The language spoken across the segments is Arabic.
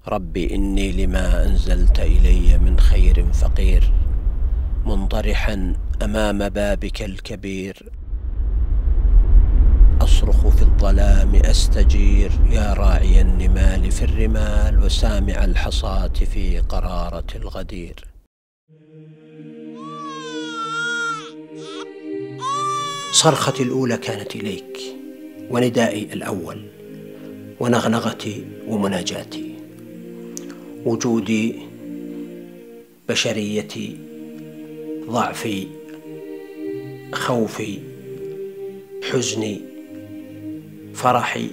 رب إني لما أنزلت إلي من خير فقير، منطرحا أمام بابك الكبير. أصرخ في الظلام أستجير، يا راعي النمال في الرمال وسامع الحصاة في قرارة الغدير. صرختي الأولى كانت إليك، وندائي الأول، ونغنغتي ومناجاتي، وجودي، بشريتي، ضعفي، خوفي، حزني، فرحي،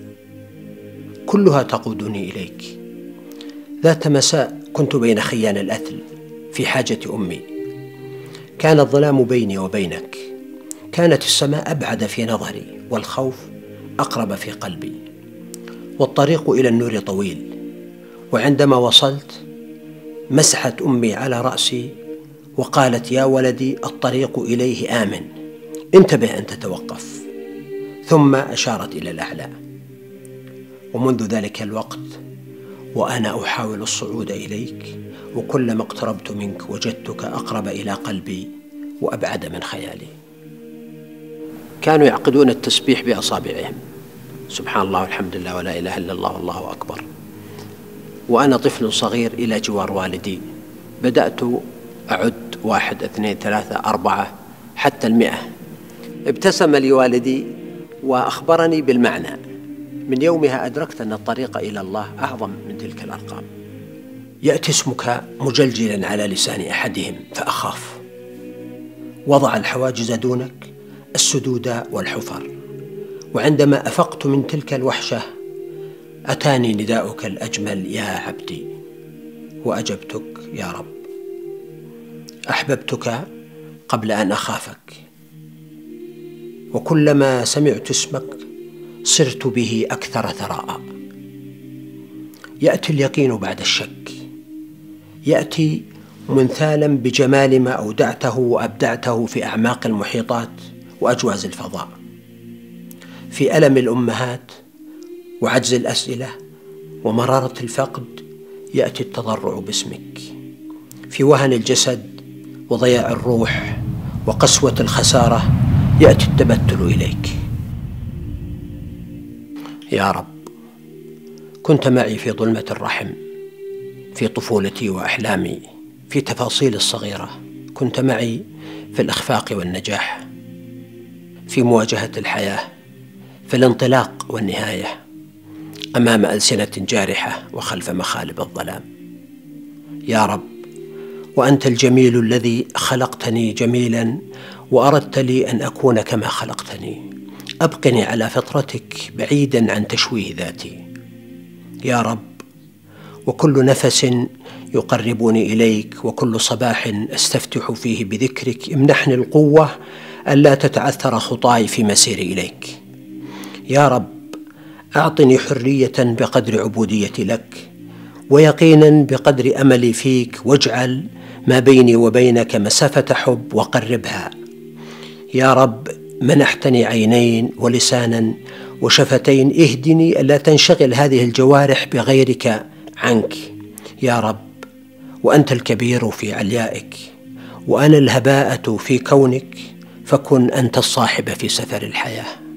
كلها تقودني إليك. ذات مساء كنت بين خيان الأثل في حاجة أمي، كان الظلام بيني وبينك، كانت السماء أبعد في نظري والخوف أقرب في قلبي، والطريق إلى النور طويل. وعندما وصلت مسحت أمي على رأسي وقالت: يا ولدي، الطريق إليه آمن، انتبه أن تتوقف. ثم أشارت إلى الأعلى. ومنذ ذلك الوقت وأنا أحاول الصعود إليك، وكلما اقتربت منك وجدتك أقرب إلى قلبي وأبعد من خيالي. كانوا يعقدون التسبيح بأصابعهم، سبحان الله والحمد لله ولا إله إلا الله والله أكبر، وأنا طفل صغير إلى جوار والدي. بدأت أعد 1 2 3 4 حتى 100. ابتسم لي والدي وأخبرني بالمعنى. من يومها أدركت أن الطريق إلى الله أعظم من تلك الأرقام. يأتي اسمك مجلجلا على لسان أحدهم فأخاف. وضع الحواجز دونك، السدود والحفر. وعندما أفقت من تلك الوحشة أتاني نداؤك الأجمل: يا عبدي. وأجبتك: يا رب. أحببتك قبل أن أخافك، وكلما سمعت اسمك صرت به أكثر ثراء. يأتي اليقين بعد الشك، يأتي منثالا بجمال ما أودعته وأبدعته في أعماق المحيطات وأجواز الفضاء، في ألم الأمهات وعجز الأسئلة ومرارة الفقد يأتي التضرع باسمك، في وهن الجسد وضياع الروح وقسوة الخسارة يأتي التبتل إليك. يا رب، كنت معي في ظلمة الرحم، في طفولتي وأحلامي، في تفاصيل الصغيرة، كنت معي في الإخفاق والنجاح، في مواجهة الحياة، في الانطلاق والنهاية، أمام ألسنة جارحة وخلف مخالب الظلام. يا رب، وأنت الجميل الذي خلقتني جميلا وأردت لي أن أكون كما خلقتني، أبقني على فطرتك بعيدا عن تشويه ذاتي. يا رب، وكل نفس يقربني إليك وكل صباح أستفتح فيه بذكرك امنحني القوة ألا تتعثر خطاي في مسيري إليك. يا رب، أعطني حرية بقدر عبوديتي لك، ويقينا بقدر أملي فيك، واجعل ما بيني وبينك مسافة حب وقربها. يا رب، منحتني عينين ولسانا وشفتين، اهدني ألا تنشغل هذه الجوارح بغيرك عنك. يا رب، وأنت الكبير في عليائك وأنا الهباءة في كونك، فكن أنت الصاحب في سفر الحياة.